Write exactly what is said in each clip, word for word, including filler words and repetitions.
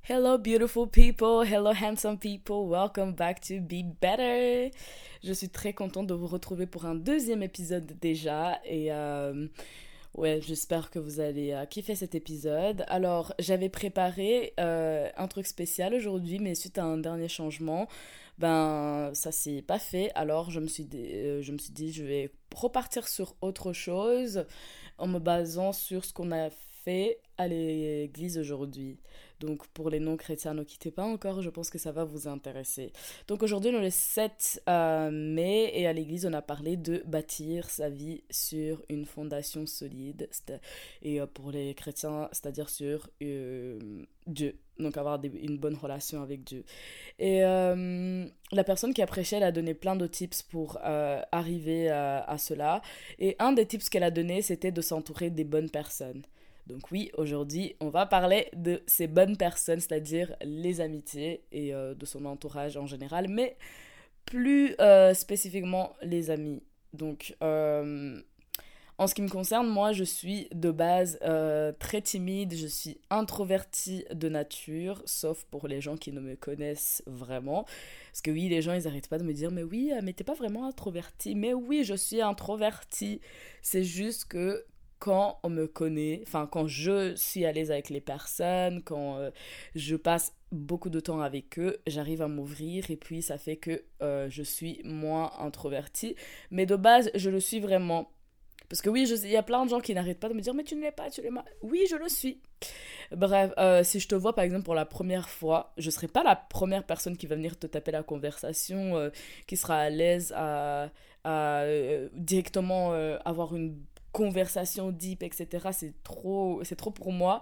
Hello beautiful people, hello handsome people, welcome back to Be Better. Je suis très contente de vous retrouver pour un deuxième épisode déjà et euh, ouais, j'espère que vous allez euh, kiffer cet épisode. Alors, j'avais préparé euh, un truc spécial aujourd'hui, mais suite à un dernier changement, ben ça s'est pas fait. Alors, je me suis dit, euh, je me suis dit, je vais repartir sur autre chose en me basant sur ce qu'on a fait à l'église aujourd'hui. Donc pour les non-chrétiens, ne quittez pas encore, je pense que ça va vous intéresser. Donc aujourd'hui, on est le sept euh, mai et à l'église, on a parlé de bâtir sa vie sur une fondation solide. C'est- Et euh, pour les chrétiens, c'est-à-dire sur euh, Dieu. Donc avoir des- une bonne relation avec Dieu. Et euh, la personne qui a prêché, elle a donné plein de tips pour euh, arriver à, à cela. Et un des tips qu'elle a donné, c'était de s'entourer des bonnes personnes. Donc oui, aujourd'hui, on va parler de ces bonnes personnes, c'est-à-dire les amitiés et euh, de son entourage en général, mais plus euh, spécifiquement les amis. Donc, euh, en ce qui me concerne, moi, je suis de base euh, très timide, je suis introvertie de nature, sauf pour les gens qui ne me connaissent vraiment. Parce que oui, les gens, ils n'arrêtent pas de me dire, mais oui, euh, mais t'es pas vraiment introvertie. Mais oui, je suis introvertie. C'est juste que quand on me connaît, enfin, quand je suis à l'aise avec les personnes, quand euh, je passe beaucoup de temps avec eux, j'arrive à m'ouvrir et puis ça fait que euh, je suis moins introvertie. Mais de base, je le suis vraiment. Parce que oui, je sais- il y a plein de gens qui n'arrêtent pas de me dire, mais tu ne l'es pas, tu l'es pas. Oui, je le suis. Bref, euh, si je te vois par exemple pour la première fois, je ne serai pas la première personne qui va venir te taper la conversation, euh, qui sera à l'aise à, à, euh, directement euh, avoir une conversation deep, et cetera. C'est trop, c'est trop pour moi.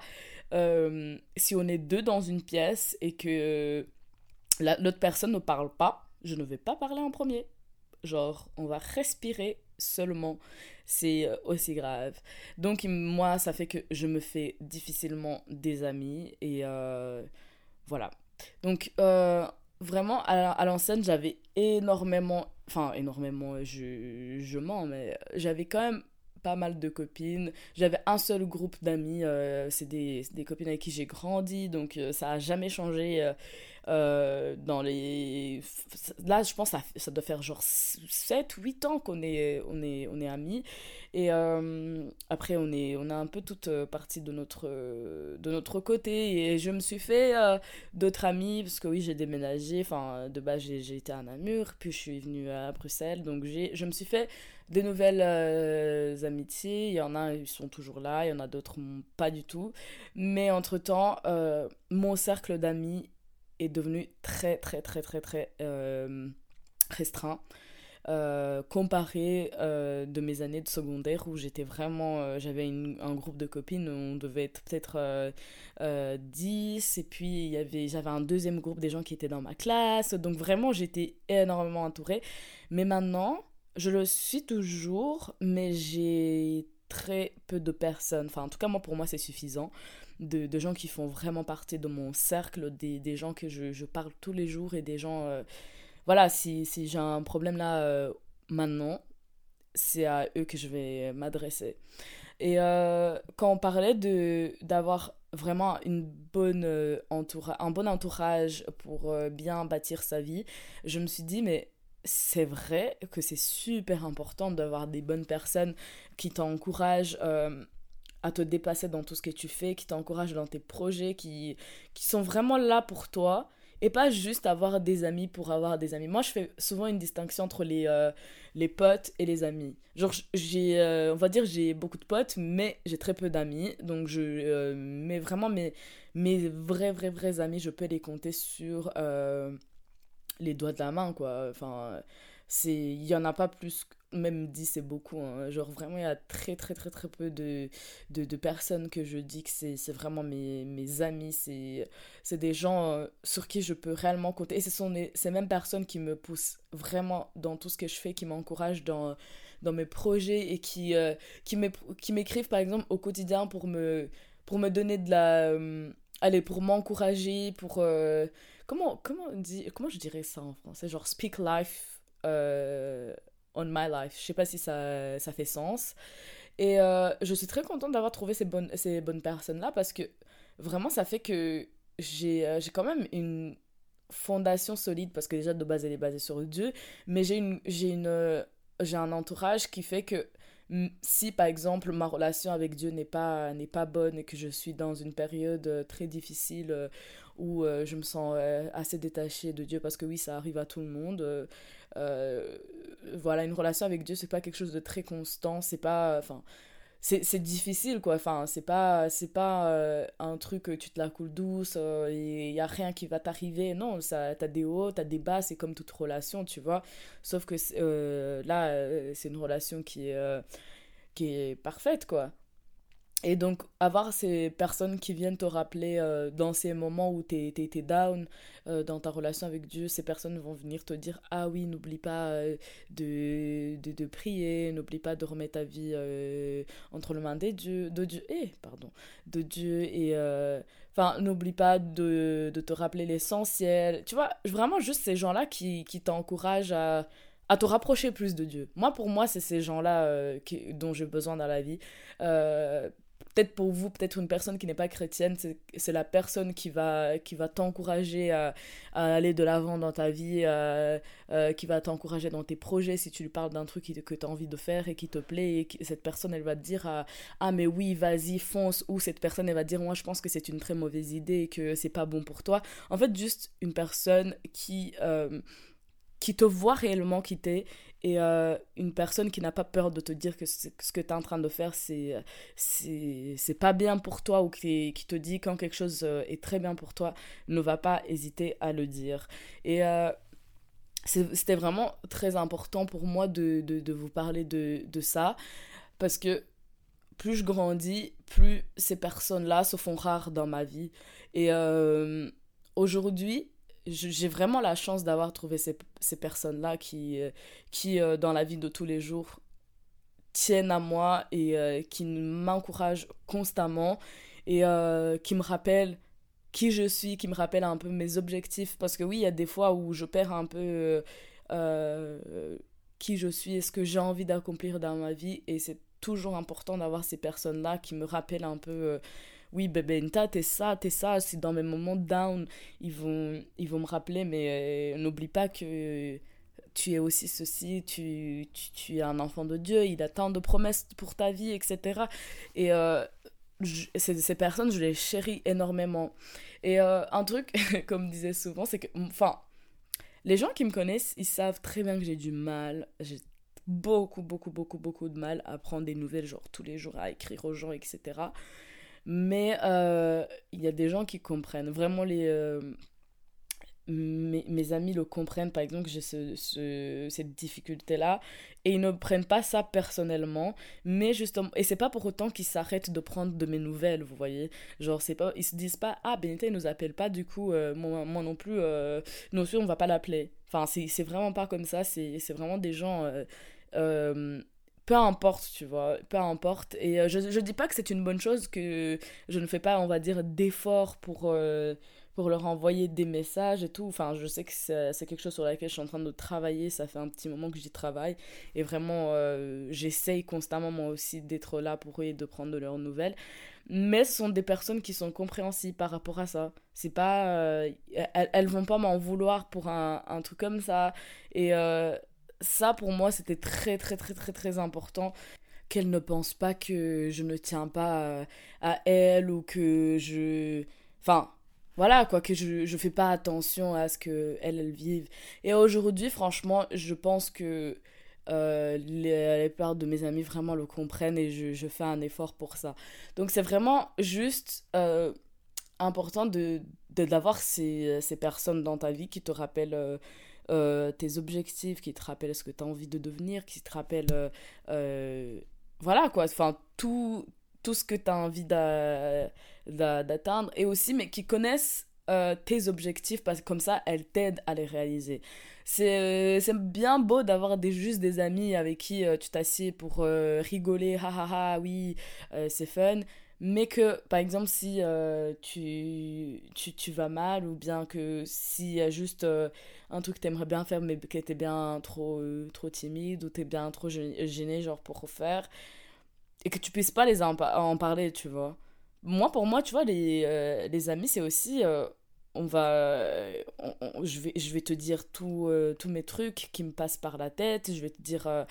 Euh, si on est deux dans une pièce et que la- l'autre personne ne parle pas, je ne vais pas parler en premier. Genre, on va respirer seulement. C'est euh, aussi grave. Donc, moi, ça fait que je me fais difficilement des amis. Et euh, voilà. Donc, euh, vraiment, à, à l'ancienne, j'avais énormément. Enfin, énormément, je, je mens, mais j'avais quand même pas mal de copines. J'avais un seul groupe d'amis. Euh, c'est des, c'est des copines avec qui j'ai grandi. Donc, euh, ça a jamais changé. Euh, euh, dans les... Là, je pense que ça, ça doit faire genre sept huit ans qu'on est, on est, on est amis. Et euh, après, on est, on a un peu toute euh, partie de notre, euh, de notre côté. Et je me suis fait euh, d'autres amis, parce que oui, j'ai déménagé. Enfin, de base, j'ai, j'ai été à Namur, puis je suis venue à Bruxelles. Donc, j'ai, je me suis fait des nouvelles euh, amitiés. Il y en a, ils sont toujours là. Il y en a d'autres, pas du tout. Mais entre-temps, euh, mon cercle d'amis est devenu très très très très très euh, restreint euh, comparé euh, de mes années de secondaire où j'étais vraiment euh, j'avais une- un groupe de copines où on devait être peut-être euh, euh, dix et puis il y avait j'avais un deuxième groupe des gens qui étaient dans ma classe donc vraiment j'étais énormément entourée mais maintenant je le suis toujours mais j'ai très peu de personnes enfin en tout cas moi pour moi c'est suffisant de, de gens qui font vraiment partie de mon cercle, des, des gens que je, je parle tous les jours et des gens... euh, voilà, si, si j'ai un problème là euh, maintenant, c'est à eux que je vais m'adresser. Et euh, quand on parlait de, d'avoir vraiment une bonne, euh, entoura- un bon entourage pour euh, bien bâtir sa vie, je me suis dit, mais c'est vrai que c'est super important d'avoir des bonnes personnes qui t'encouragent euh, à te dépasser dans tout ce que tu fais, qui t'encouragent dans tes projets, qui, qui sont vraiment là pour toi. Et pas juste avoir des amis pour avoir des amis. Moi, je fais souvent une distinction entre les, euh, les potes et les amis. Genre, j'ai, euh, on va dire, j'ai beaucoup de potes, mais j'ai très peu d'amis. Donc, je, euh, mais vraiment, mes, mes vrais, vrais, vrais amis, je peux les compter sur euh, les doigts de la main, quoi. Enfin, c'est, il y en a pas plus, même dix c'est beaucoup, hein. Genre, vraiment, il y a très, très, très, très peu de, de, de personnes que je dis que c'est, c'est vraiment mes, mes amis. C'est, c'est des gens euh, sur qui je peux réellement compter. Et ce sont les- ces mêmes personnes qui me poussent vraiment dans tout ce que je fais, qui m'encouragent dans, dans mes projets et qui, euh, qui m'ép- qui m'écrivent, par exemple, au quotidien pour me, pour me donner de la... euh, allez, pour m'encourager, pour... euh, Comment, comment, on dit, comment je dirais ça en français? Genre speak life euh, on my life. Je sais pas si ça, ça fait sens. Et euh, je suis très contente d'avoir trouvé ces bonnes, ces bonnes personnes-là parce que vraiment ça fait que j'ai, euh, j'ai quand même une fondation solide, parce que déjà de base elle est basée sur Dieu, mais j'ai une, j'ai une, euh, j'ai un entourage qui fait que mm, si par exemple ma relation avec Dieu n'est pas, n'est pas bonne et que je suis dans une période euh, très difficile euh, où euh, je me sens euh, assez détachée de Dieu, parce que oui, ça arrive à tout le monde. euh, euh, voilà, une relation avec Dieu, c'est pas quelque chose de très constant, c'est pas, enfin, c'est c'est difficile quoi, enfin c'est pas c'est pas euh, un truc que tu te la coules douce, il y a rien qui va t'arriver, non, ça t'as des hauts, t'as des bas, c'est comme toute relation, tu vois, sauf que c'est- euh, là euh, c'est une relation qui est euh, qui est parfaite quoi. Et donc, avoir ces personnes qui viennent te rappeler euh, dans ces moments où t'es, t'es, t'es down euh, dans ta relation avec Dieu, ces personnes vont venir te dire, ah oui, n'oublie pas euh, de, de, de prier, n'oublie pas de remettre ta vie euh, entre les mains des dieux, de Dieu, eh, pardon, de Dieu, et euh, enfin, n'oublie pas de, de te rappeler l'essentiel. Tu vois, vraiment juste ces gens-là qui, qui t'encouragent à à te rapprocher plus de Dieu. Moi, pour moi, c'est ces gens-là euh, qui- dont j'ai besoin dans la vie. Euh, Peut-être pour vous, peut-être une personne qui n'est pas chrétienne, c'est, c'est la personne qui va, qui va t'encourager à, à aller de l'avant dans ta vie, euh, euh, qui va t'encourager dans tes projets si tu lui parles d'un truc qui, que tu as envie de faire et qui te plaît. Et qui- cette personne, elle va te dire ah, ah, mais oui, vas-y, fonce. Ou cette personne, elle va te dire moi, je pense que c'est une très mauvaise idée et que c'est pas bon pour toi. En fait, juste une personne qui. Euh, qui te voit réellement qui t'es, et euh, une personne qui n'a pas peur de te dire que ce que tu es en train de faire, c'est, c'est, c'est pas bien pour toi, ou qui, qui te dit quand quelque chose euh, est très bien pour toi, ne va pas hésiter à le dire. Et euh, c'est- c'était vraiment très important pour moi de, de, de vous parler de, de ça, parce que plus je grandis, plus ces personnes-là se font rares dans ma vie. Et euh, aujourd'hui, je- j'ai vraiment la chance d'avoir trouvé ces, ces personnes-là qui, euh, qui euh, dans la vie de tous les jours, tiennent à moi et euh, qui m'encouragent constamment et euh, qui me rappellent qui je suis, qui me rappellent un peu mes objectifs. Parce que oui, il y a des fois où je perds un peu euh, euh, qui je suis et ce que j'ai envie d'accomplir dans ma vie. Et c'est toujours important d'avoir ces personnes-là qui me rappellent un peu, euh, oui, bébé, Nta, t'es ça, t'es ça. Si dans mes moments down, ils vont, ils vont me rappeler, mais euh, n'oublie pas que tu es aussi ceci, tu, tu, tu es un enfant de Dieu, il a tant de promesses pour ta vie, et cetera. Et euh, je- ces, ces personnes, je les chéris énormément. Et euh, un truc, comme je disais souvent, c'est que, enfin, les gens qui me connaissent, ils savent très bien que j'ai du mal, j'ai beaucoup, beaucoup, beaucoup, beaucoup de mal à prendre des nouvelles, genre tous les jours, à écrire aux gens, et cetera. Mais euh, il y a des gens qui comprennent. Vraiment, les, euh, mes, mes amis le comprennent, par exemple, que j'ai ce, ce- cette difficulté-là, et ils ne prennent pas ça personnellement, mais justement, et c'est pas pour autant qu'ils s'arrêtent de prendre de mes nouvelles, vous voyez, genre, c'est pas, ils se disent pas, ah, Benita, il nous appelle pas, du coup, euh, moi, moi non plus, euh, nous aussi, on va pas l'appeler, enfin, c'est, c'est vraiment pas comme ça, c'est, c'est vraiment des gens, euh, euh, peu importe, tu vois, peu importe, et euh, je, je dis pas que c'est une bonne chose, que je ne fais pas, on va dire, d'efforts pour... euh, pour leur envoyer des messages et tout. Enfin, je sais que c'est c'est quelque chose sur laquelle je suis en train de travailler. Ça fait un petit moment que j'y travaille. Et vraiment, euh, j'essaye constamment, moi aussi, d'être là pour eux et de prendre de leurs nouvelles. Mais ce sont des personnes qui sont compréhensibles par rapport à ça. C'est pas... euh, elles, elles vont pas m'en vouloir pour un, un truc comme ça. Et euh, ça, pour moi, c'était très, très, très, très, très important. Qu'elles ne pensent pas que je ne tiens pas euh, à elles, ou que je... Enfin, voilà, quoi, que je, je fais pas attention à ce que elles, elles vivent. Et aujourd'hui, franchement, je pense que euh, les, la plupart de mes amis vraiment le comprennent, et je, je fais un effort pour ça. Donc c'est vraiment juste euh, important de, de- d'avoir ces, ces personnes dans ta vie qui te rappellent euh, euh, tes objectifs, qui te rappellent ce que tu as envie de devenir, qui te rappellent... euh, euh, voilà quoi, enfin tout, tout ce que tu as envie d'a- d'a- d'atteindre, et aussi mais qui connaissent euh, tes objectifs, parce que comme ça elles t'aident à les réaliser. C'est c'est bien beau d'avoir des, juste des amis avec qui euh, tu t'assieds pour euh, rigoler, ha ha ha, oui, euh, c'est fun, mais que par exemple si euh, tu, tu, tu vas mal, ou bien que s'il y a juste euh, un truc que t'aimerais bien faire mais que t'es bien trop, euh, trop timide, ou t'es bien trop gê- gêné genre pour faire, et que tu puisses pas les en, pa- en parler, tu vois. moi, pour moi, tu vois, les, euh, les amis, c'est aussi... euh, on va... on- on- je vais, je vais te dire tout, euh, tous mes trucs qui me passent par la tête. Je vais te dire euh,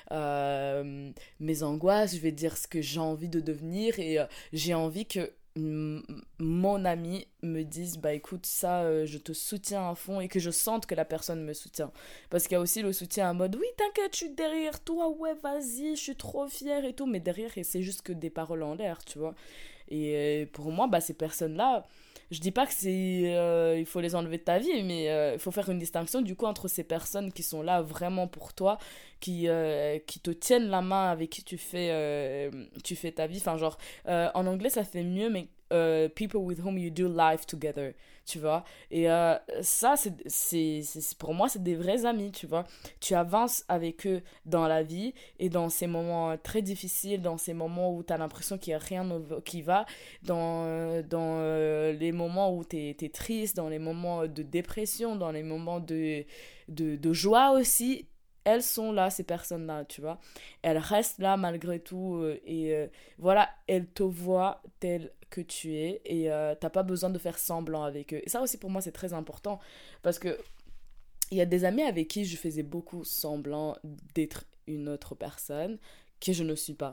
euh, mes angoisses. Je vais te dire ce que j'ai envie de devenir. Et euh, j'ai envie que mm, mon ami me dise, bah écoute, ça, euh, je te soutiens à fond. Et que je sente que la personne me soutient. Parce qu'il y a aussi le soutien en mode, oui, t'inquiète, je suis derrière toi. Ouais, vas-y, je suis trop fière et tout. Mais derrière, et c'est juste que des paroles en l'air, tu vois. Et euh, pour moi, bah, ces personnes-là, je dis pas que c'est, euh, il faut les enlever de ta vie, mais euh, il faut faire une distinction du coup entre ces personnes qui sont là vraiment pour toi, qui, euh, qui te tiennent la main, avec qui tu fais, euh, tu fais ta vie. Enfin, genre, euh, en anglais, ça fait mieux, mais euh, people with whom you do life together, tu vois. Et euh, ça, c'est, c'est, c'est, pour moi, c'est des vrais amis, tu vois. Tu avances avec eux dans la vie et dans ces moments très difficiles, dans ces moments où tu as l'impression qu'il n'y a rien qui va, dans, euh, dans euh, les moments où tu es triste, dans les moments de dépression, dans les moments de, de, de joie aussi, elles sont là, ces personnes-là, tu vois. Elles restent là malgré tout euh, et euh, voilà, elles te voient telle que tu es et euh, t'as pas besoin de faire semblant avec eux. Et ça aussi pour moi c'est très important parce que il y a des amis avec qui je faisais beaucoup semblant d'être une autre personne que je ne suis pas.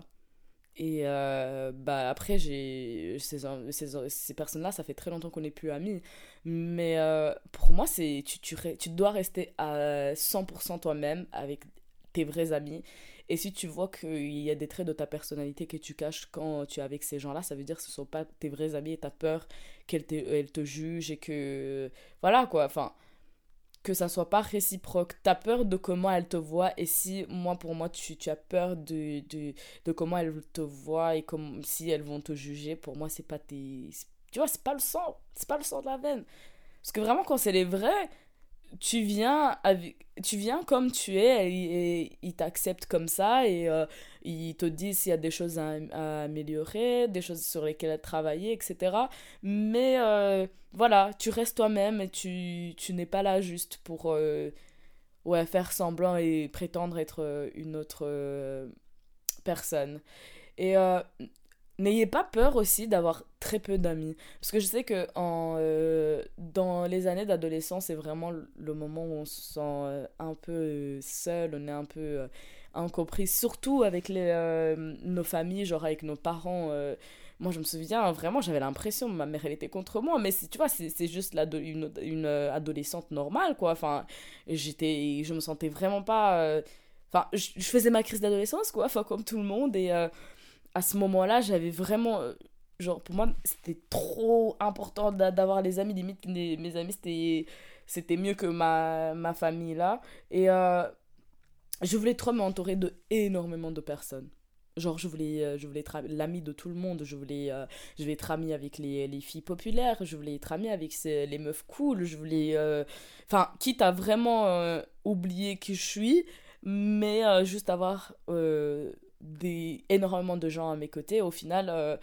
Et euh, bah après, j'ai ces, ces, ces personnes-là, ça fait très longtemps qu'on n'est plus amis. Mais euh, pour moi, c'est tu, tu, tu dois rester à cent pour cent toi-même avec tes vrais amis. Et si tu vois qu'il y a des traits de ta personnalité que tu caches quand tu es avec ces gens-là, ça veut dire que ce ne sont pas tes vrais amis et tu as peur qu'elles te, elles te jugent et que... Voilà quoi, enfin que ça soit pas réciproque. T'as peur de comment elle te voit et si, moi, pour moi, tu, tu as peur de, de, de comment elle te voit et comme, si elles vont te juger, pour moi, c'est pas tes... Tu vois, c'est pas le sang. C'est pas le sang de la veine. Parce que vraiment, quand c'est les vrais, tu viens, avec, tu viens comme tu es et, et ils t'acceptent comme ça et euh, ils te disent s'il y a des choses à, à améliorer, des choses sur lesquelles travailler, et cetera. Mais euh, voilà, tu restes toi-même et tu, tu n'es pas là juste pour euh, ouais, faire semblant et prétendre être euh, une autre euh, personne. Et euh, n'ayez pas peur aussi d'avoir très peu d'amis. Parce que je sais que en, euh, dans les années d'adolescence, c'est vraiment le moment où on se sent euh, un peu euh, seul, on est un peu euh, incompris, surtout avec les, euh, nos familles, genre avec nos parents. euh. Moi, je me souviens, vraiment, j'avais l'impression que ma mère, elle était contre moi. Mais c'est- tu vois, c'est c'est juste l'ado- une, une euh, adolescente normale, quoi. Enfin, j'étais, je me sentais vraiment pas... euh, Enfin, je, je faisais ma crise d'adolescence, quoi, enfin, comme tout le monde. Et... euh, à ce moment-là, j'avais vraiment. euh, Genre, pour moi, c'était trop important d'a- d'avoir les amis. Limite, les- mes amis, c'était, c'était mieux que ma, ma famille là. Et euh, je voulais trop m'entourer de énormément de personnes. Genre, je voulais, euh, je voulais être l'ami de tout le monde. Je voulais, euh, je voulais être ami avec les, les filles populaires. Je voulais être ami avec ces- les meufs cool. Je voulais. euh, Enfin, quitte à vraiment euh, oublier qui je suis, mais euh, juste avoir euh, des, énormément de gens à mes côtés. Au final, euh,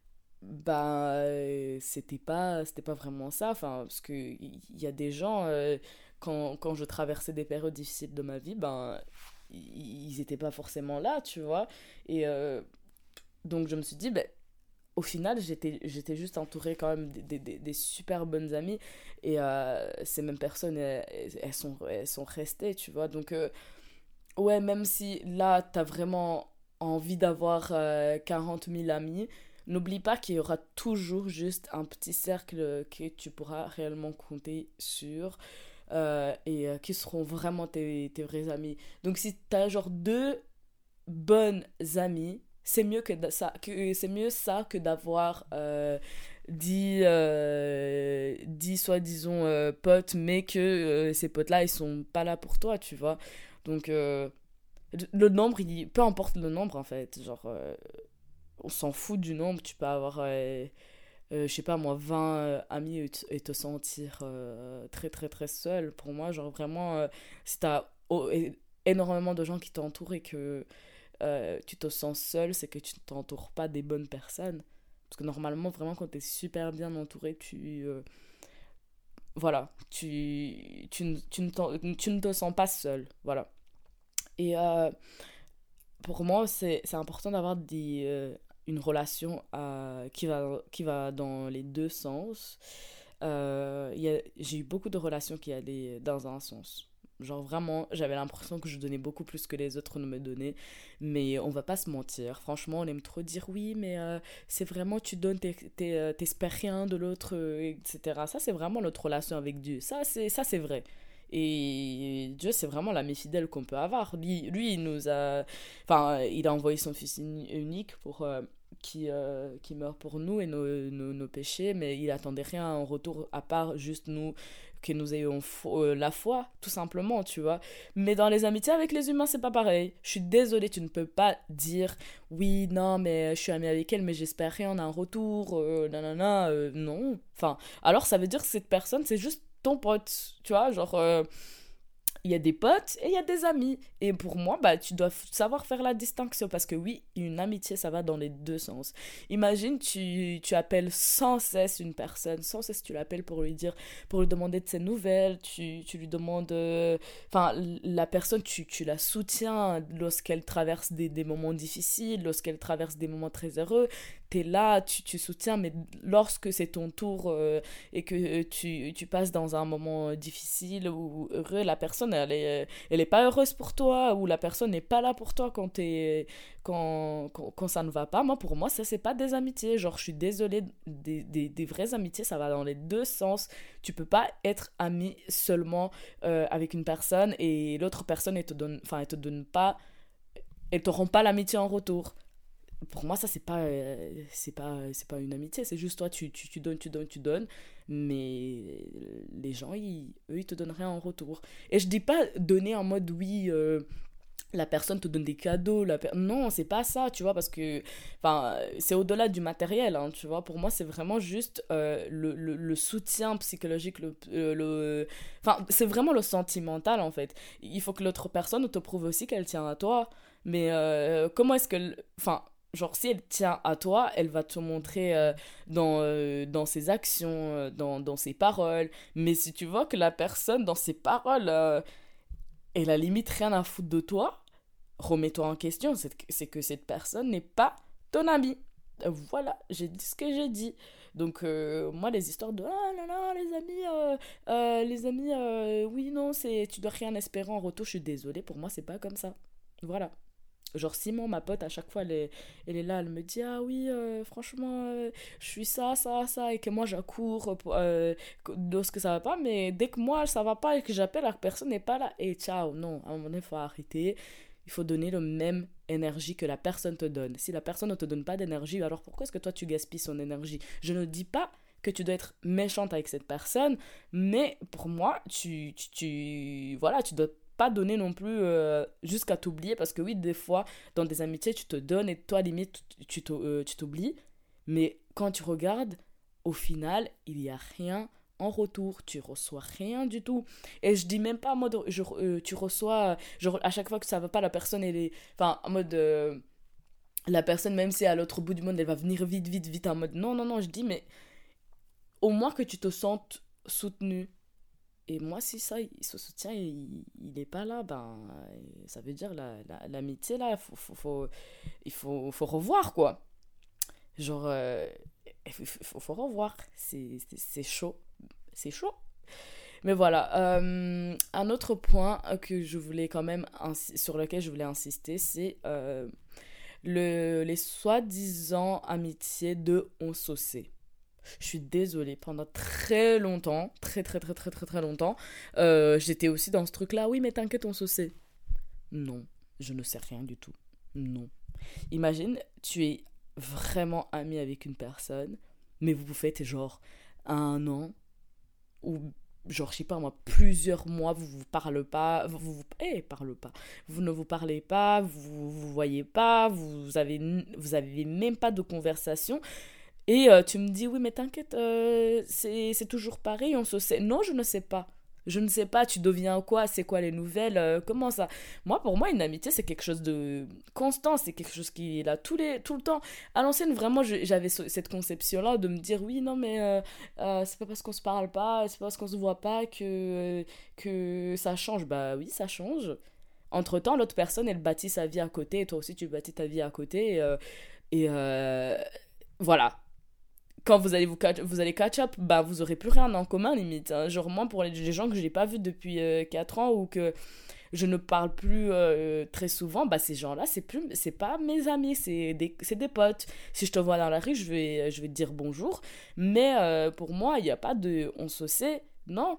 bah, euh, c'était pas, c'était pas vraiment ça. Enfin, parce qu'il y a des gens, euh, quand, quand je traversais des périodes difficiles de ma vie, ben, ils étaient pas forcément là, tu vois. Et euh, donc, je me suis dit, ben, au final, j'étais, j'étais juste entourée quand même des, des, des super bonnes amies. Et euh, ces mêmes personnes, elles, elles sont, elles sont restées, tu vois. Donc, euh, ouais, même si là, t'as vraiment envie d'avoir euh, quarante mille amis, n'oublie pas qu'il y aura toujours juste un petit cercle que tu pourras réellement compter sur euh, et euh, qui seront vraiment tes, tes vrais amis. Donc si t'as genre deux bonnes amies, c'est mieux que da- ça, que c'est mieux ça que d'avoir euh, dix, euh, dix soi-disant euh, potes, mais que euh, ces potes-là, ils sont pas là pour toi, tu vois. Donc, euh, le nombre, il, peu importe le nombre, en fait. Genre, euh, on s'en fout du nombre. Tu peux avoir, euh, euh, je sais pas moi, vingt euh, amis et te, et te sentir euh, très, très, très seul. Pour moi, genre, vraiment, euh, si t'as oh, é- énormément de gens qui t'entourent et que euh, tu te sens seul, c'est que tu ne t'entoures pas des bonnes personnes. Parce que normalement, vraiment, quand t'es super bien entouré, tu... euh, voilà, tu, tu, ne- tu, ne t'en- tu ne te sens pas seul. Voilà. Et euh, pour moi, c'est c'est important d'avoir des, euh, une relation à- qui va, qui va dans les deux sens. Euh, il y a- j'ai eu beaucoup de relations qui allaient dans un sens. Genre vraiment, j'avais l'impression que je donnais beaucoup plus que les autres ne me donnaient. Mais on va pas se mentir. Franchement, on aime trop dire oui, mais euh, c'est vraiment, tu donnes, t'es- t'es, euh, t'espères rien de l'autre, euh, et cetera. Ça, c'est vraiment notre relation avec Dieu. Ça, c'est, ça, c'est vrai. Et Dieu, c'est vraiment l'ami fidèle qu'on peut avoir. Lui, lui, il nous a... Enfin, il a envoyé son fils uni- unique pour... euh, qui, euh, qui meurt pour nous et nos, nos, nos péchés, mais il attendait rien en retour à part juste nous, que nous ayons fo- euh, la foi, tout simplement, tu vois. Mais dans les amitiés avec les humains, c'est pas pareil. Je suis désolée, tu ne peux pas dire oui, non, mais je suis amie avec elle, mais j'espère rien en retour, euh, nanana, euh, non. Enfin, alors ça veut dire que cette personne, c'est juste ton pote, tu vois, genre... euh, il y a des potes et il y a des amis. Et pour moi, bah, tu dois f- savoir faire la distinction. Parce que oui, une amitié, ça va dans les deux sens. Imagine, tu, tu appelles sans cesse une personne, sans cesse tu l'appelles pour lui dire, pour lui demander de ses nouvelles, tu, tu lui demandes... euh, Enfin, l- la personne, tu, tu la soutiens lorsqu'elle traverse des, des moments difficiles, lorsqu'elle traverse des moments très heureux. T'es là, tu, tu soutiens, mais lorsque c'est ton tour euh, et que euh, tu, tu passes dans un moment euh, difficile ou heureux, la personne, elle est, euh, elle est pas heureuse pour toi ou la personne n'est pas là pour toi quand, t'es, quand, quand, quand ça ne va pas. Moi, pour moi, ça, c'est pas des amitiés. Genre, je suis désolée, des, des, des vraies amitiés, ça va dans les deux sens. Tu peux pas être ami seulement euh, avec une personne et l'autre personne, elle te donne, enfin, elle te donne pas, elle te rend pas l'amitié en retour. Pour moi, ça, c'est pas, euh, c'est pas, c'est pas une amitié. C'est juste toi, tu, tu, tu donnes, tu donnes, tu donnes. Mais les gens, ils, eux, ils te donnent rien en retour. Et je dis pas donner en mode oui, euh, la personne te donne des cadeaux. La per- Non, c'est pas ça, tu vois, parce que enfin, c'est au-delà du matériel, hein, tu vois. Pour moi, c'est vraiment juste euh, le, le, le soutien psychologique, le, euh, le... Enfin, c'est vraiment le sentimental, en fait. Il faut que l'autre personne te prouve aussi qu'elle tient à toi. Mais euh, comment est-ce que... l- Enfin, genre, si elle tient à toi, elle va te montrer euh, dans, euh, dans ses actions, euh, dans, dans ses paroles. Mais si tu vois que la personne, dans ses paroles, euh, elle a limite rien à foutre de toi, remets-toi en question, c'est que c'est que cette personne n'est pas ton ami. Voilà, j'ai dit ce que j'ai dit. Donc, euh, moi, les histoires de ah là là, les amis, euh, euh, les amis, euh, oui, non, c'est tu dois rien espérer en retour, je suis désolée, pour moi, c'est pas comme ça. Voilà. Genre, Simon, ma pote, à chaque fois, elle est, elle est là, elle me dit ah oui, euh, franchement, euh, je suis ça, ça, ça, et que moi, j'accours pour, euh, lorsque ça va pas, mais dès que moi, ça va pas et que j'appelle, la personne n'est pas là, et ciao, non, à un moment donné, il faut arrêter. Il faut donner le même énergie que la personne te donne. Si la personne ne te donne pas d'énergie, alors pourquoi est-ce que toi tu gaspilles son énergie? Je ne dis pas que tu dois être méchante avec cette personne, mais pour moi, tu, tu, tu voilà, tu dois pas donner non plus euh, jusqu'à t'oublier parce que oui, des fois, dans des amitiés, tu te donnes et toi, limite, tu t'ou- euh, tu t'oublies. Mais quand tu regardes, au final, il y a rien en retour. Tu reçois rien du tout. Et je dis même pas en mode, je, euh, tu reçois, genre, à chaque fois que ça va pas, la personne, elle est, enfin, en mode, euh, la personne, même si elle est à l'autre bout du monde, elle va venir vite, vite, vite, en mode, non, non, non, je dis, mais au moins que tu te sentes soutenu. Et moi, si ça, il- ce soutien, il, il est pas là, ben, ça veut dire la, la- l'amitié, là, faut, faut, faut- il faut, faut revoir, quoi. Genre, euh, il faut, faut- faut revoir. C'est c'est- c'est chaud. C'est chaud. Mais voilà, euh, un autre point que je voulais quand même, insi- sur lequel je voulais insister, c'est euh, le, les soi-disant amitiés de on saucé. Je suis désolée, pendant très longtemps, très très très très très très longtemps, euh, j'étais aussi dans ce truc-là. Oui, mais t'inquiète, on saucé. Non, je ne sais rien du tout. Non. Imagine, tu es vraiment ami avec une personne, mais vous vous faites genre un an ou genre je sais pas moi plusieurs mois vous vous parlez pas vous vous eh, parlez pas vous ne vous parlez pas vous vous voyez pas vous avez vous avez même pas de conversation et euh, tu me dis, oui, mais t'inquiète, euh, c'est, c'est toujours pareil, on se sait. Non, je ne sais pas. Je ne sais pas, tu deviens quoi, c'est quoi les nouvelles, euh, comment ça. Moi, pour moi, une amitié, c'est quelque chose de constant, c'est quelque chose qui est là tous les, tout le temps. À l'ancienne, vraiment, je- j'avais ce- cette conception-là de me dire, oui, non, mais euh, euh, c'est pas parce qu'on se parle pas, c'est pas parce qu'on se voit pas que, que ça change. Bah oui, ça change. Entre-temps, l'autre personne, elle bâtit sa vie à côté, et toi aussi, tu bâtis ta vie à côté. Et euh, voilà. Quand vous allez vous catch, vous allez catch up, bah vous aurez plus rien en commun limite, hein. Genre moi pour les, les gens que je n'ai pas vus depuis euh, quatre ans ou que je ne parle plus euh, très souvent, bah ces gens-là, c'est plus c'est pas mes amis, c'est des c'est des potes. Si je te vois dans la rue, je vais je vais te dire bonjour, mais euh, pour moi, il y a pas de on se sait. Non,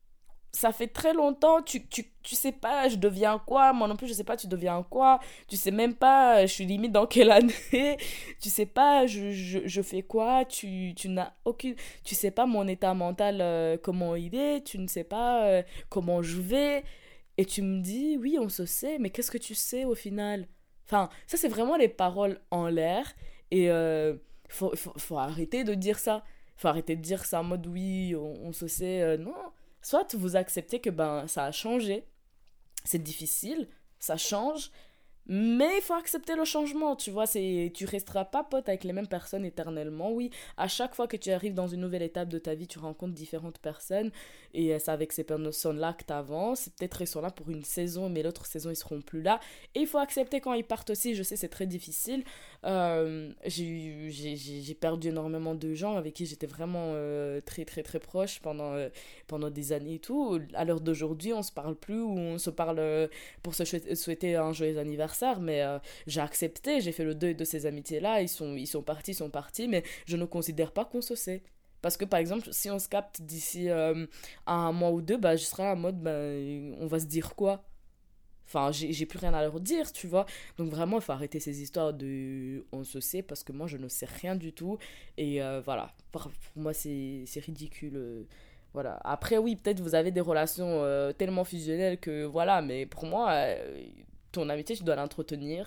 ça fait très longtemps, tu, tu, tu sais pas, je deviens quoi, moi non plus je sais pas, tu deviens quoi, tu sais même pas, je suis limite dans quelle année, tu sais pas, je, je, je fais quoi, tu, tu n'as aucune, tu sais pas mon état mental, euh, comment il est, tu ne sais pas euh, comment je vais, et tu me dis, oui, on se sait, mais qu'est-ce que tu sais au final? Enfin, ça c'est vraiment les paroles en l'air, et euh, faut, faut, faut arrêter de dire ça, faut arrêter de dire ça en mode, oui, on, on se sait, euh, non. Soit vous acceptez que ben ça a changé, c'est difficile, ça change, mais il faut accepter le changement, tu vois, c'est tu resteras pas pote avec les mêmes personnes éternellement. Oui, à chaque fois que tu arrives dans une nouvelle étape de ta vie, tu rencontres différentes personnes et euh, c'est avec ces personnes-là que tu avances. Peut-être ils sont là pour une saison, mais l'autre saison ils seront plus là. Et il faut accepter quand ils partent aussi, je sais c'est très difficile. Euh, j'ai, eu- j'ai, j'ai j'ai perdu énormément de gens avec qui j'étais vraiment euh, très très très proche pendant, euh, pendant des années et tout. À l'heure d'aujourd'hui, on se parle plus ou on se parle euh, pour se chou- souhaiter un joyeux anniversaire, mais euh, j'ai accepté, j'ai fait le deuil de ces amitiés-là, ils sont, ils sont partis, ils sont partis, mais je ne considère pas qu'on se sait. Parce que par exemple, si on se capte d'ici euh, un mois ou deux, bah, je serai en mode, bah, on va se dire quoi? Enfin, j'ai j'ai plus rien à leur dire, tu vois. Donc vraiment, il faut arrêter ces histoires de on se sait parce que moi, je ne sais rien du tout. Et euh, voilà, pour, pour moi, c'est c'est ridicule. euh, Voilà. Après, oui, peut-être vous avez des relations euh, tellement fusionnelles que voilà, mais pour moi, euh, ton amitié, tu dois l'entretenir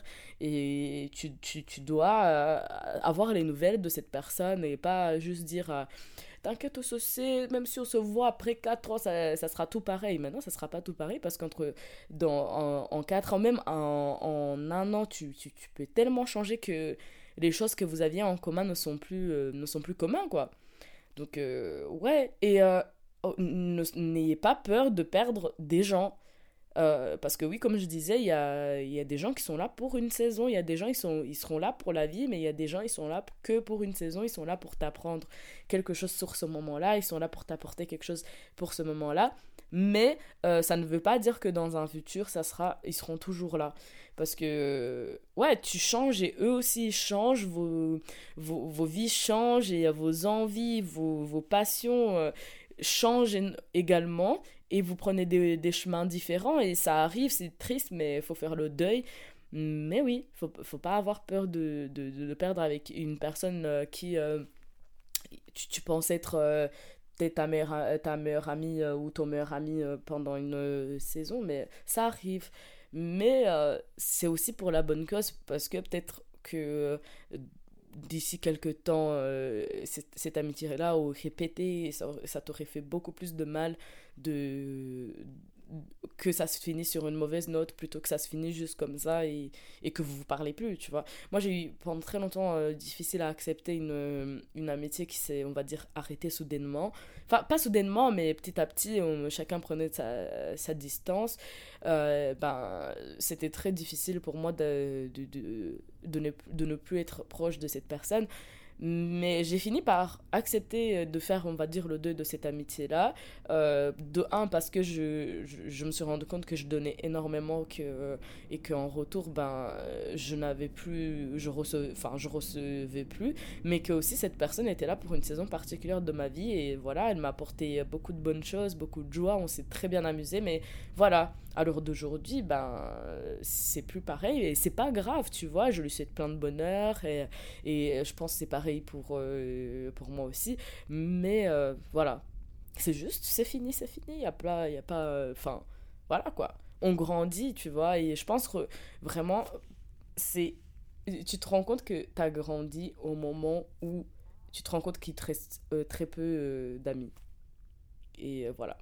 et tu, tu, tu dois euh, avoir les nouvelles de cette personne et pas juste dire euh, t'inquiète, on se sait, même si on se voit après quatre ans, ça, ça sera tout pareil. Maintenant, ça sera pas tout pareil parce qu'entre dans, en, en quatre ans, même en, en un an, tu, tu, tu peux tellement changer que les choses que vous aviez en commun ne sont plus, euh, ne sont plus communs, quoi. Donc, euh, ouais. Et euh, oh, ne- n'ayez pas peur de perdre des gens. Euh, parce que oui, comme je disais, il y a, il y a des gens qui sont là pour une saison, il y a des gens ils sont, ils seront là pour la vie, mais il y a des gens ils sont là que pour une saison, ils sont là pour t'apprendre quelque chose sur ce moment-là, ils sont là pour t'apporter quelque chose pour ce moment-là, mais euh, ça ne veut pas dire que dans un futur, ça sera, ils seront toujours là. Parce que, ouais, tu changes et eux aussi ils changent, vos, vos, vos vies changent et vos envies, vos, vos passions euh, changent également et vous prenez des, des chemins différents et ça arrive, c'est triste, mais il faut faire le deuil. Mais oui, faut, faut pas avoir peur de, de, de perdre avec une personne euh, qui euh, tu, tu penses être euh, peut-être ta meilleure, euh, ta meilleure amie euh, ou ton meilleur ami euh, pendant une euh, saison, mais ça arrive. Mais euh, c'est aussi pour la bonne cause parce que peut-être que euh, d'ici quelques temps, euh, cette, cette amitié-là aurait pété et ça, ça t'aurait fait beaucoup plus de mal de que ça se finisse sur une mauvaise note plutôt que ça se finisse juste comme ça et, et que vous vous parlez plus, tu vois. Moi, j'ai eu pendant très longtemps euh, difficile à accepter une, euh, une amitié qui s'est, on va dire, arrêtée soudainement. Enfin, pas soudainement, mais petit à petit, on- chacun prenait sa, sa distance. Euh, ben, c'était très difficile pour moi de, de, de, de, ne, de ne plus être proche de cette personne. Mais j'ai fini par accepter de faire, on va dire, le deuil de cette amitié-là. Euh, de un, parce que je, je, je me suis rendu compte que je donnais énormément que, et qu'en retour, ben, je n'avais plus, je recevais, enfin, je recevais plus. Mais que aussi cette personne était là pour une saison particulière de ma vie. Et voilà, elle m'a apporté beaucoup de bonnes choses, beaucoup de joie. On s'est très bien amusé. Mais voilà, à l'heure d'aujourd'hui, ben, c'est plus pareil. Et c'est pas grave, tu vois. Je lui souhaite plein de bonheur. Et et je pense que c'est pareil pour, euh, pour moi aussi. Mais euh, voilà, c'est juste, c'est fini, c'est fini. Il n'y a pas, y a pas. Enfin, euh, voilà quoi. On grandit, tu vois. Et je pense que vraiment, c'est. Tu te rends compte que tu as grandi au moment où tu te rends compte qu'il te reste euh, très peu euh, d'amis. Et euh, voilà.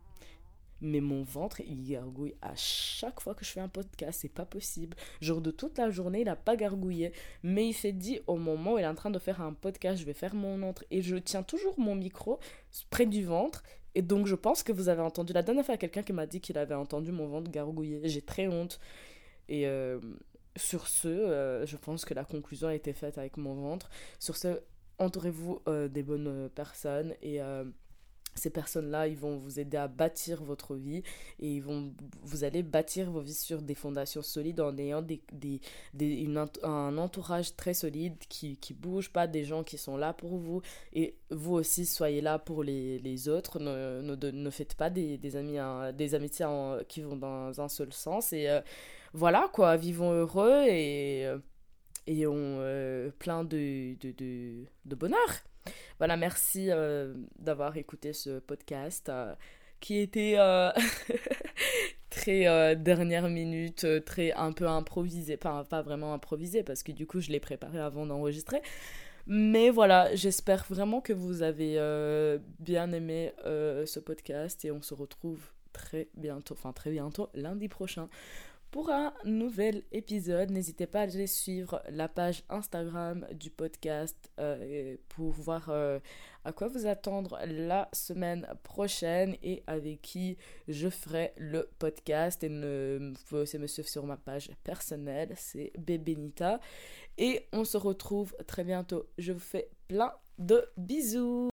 Mais mon ventre, il gargouille à chaque fois que je fais un podcast. C'est pas possible. Genre, de toute la journée, il a pas gargouillé. Mais il s'est dit, au moment où il est en train de faire un podcast, je vais faire mon entre. Et je tiens toujours mon micro près du ventre. Et donc, je pense que vous avez entendu. La dernière fois, quelqu'un qui m'a dit qu'il avait entendu mon ventre gargouiller. J'ai très honte. Et, euh, sur ce, euh, je pense que la conclusion a été faite avec mon ventre. Sur ce, entourez-vous euh, des bonnes euh, personnes et euh, ces personnes-là, ils vont vous aider à bâtir votre vie et ils vont, vous allez bâtir vos vies sur des fondations solides en ayant des, des, des, une, un entourage très solide qui qui bouge pas, des gens qui sont là pour vous et vous aussi soyez là pour les, les autres. Ne, ne, ne faites pas des, des, amis, hein, des amitiés en- qui vont dans un seul sens et euh, voilà quoi, vivons heureux et, euh, et on euh, plein de, de, de, de bonheur. Voilà, merci euh, d'avoir écouté ce podcast euh, qui était euh, très euh, dernière minute, euh, très un peu improvisé. Pas, pas vraiment improvisé parce que du coup je l'ai préparé avant d'enregistrer. Mais voilà, j'espère vraiment que vous avez euh, bien aimé euh, ce podcast et on se retrouve très bientôt, enfin très bientôt, lundi prochain pour un nouvel épisode. N'hésitez pas à aller suivre la page Instagram du podcast euh, pour voir euh, à quoi vous attendre la semaine prochaine et avec qui je ferai le podcast. Et ne, vous pouvez aussi me suivre sur ma page personnelle, c'est Bebenita. Et on se retrouve très bientôt. Je vous fais plein de bisous.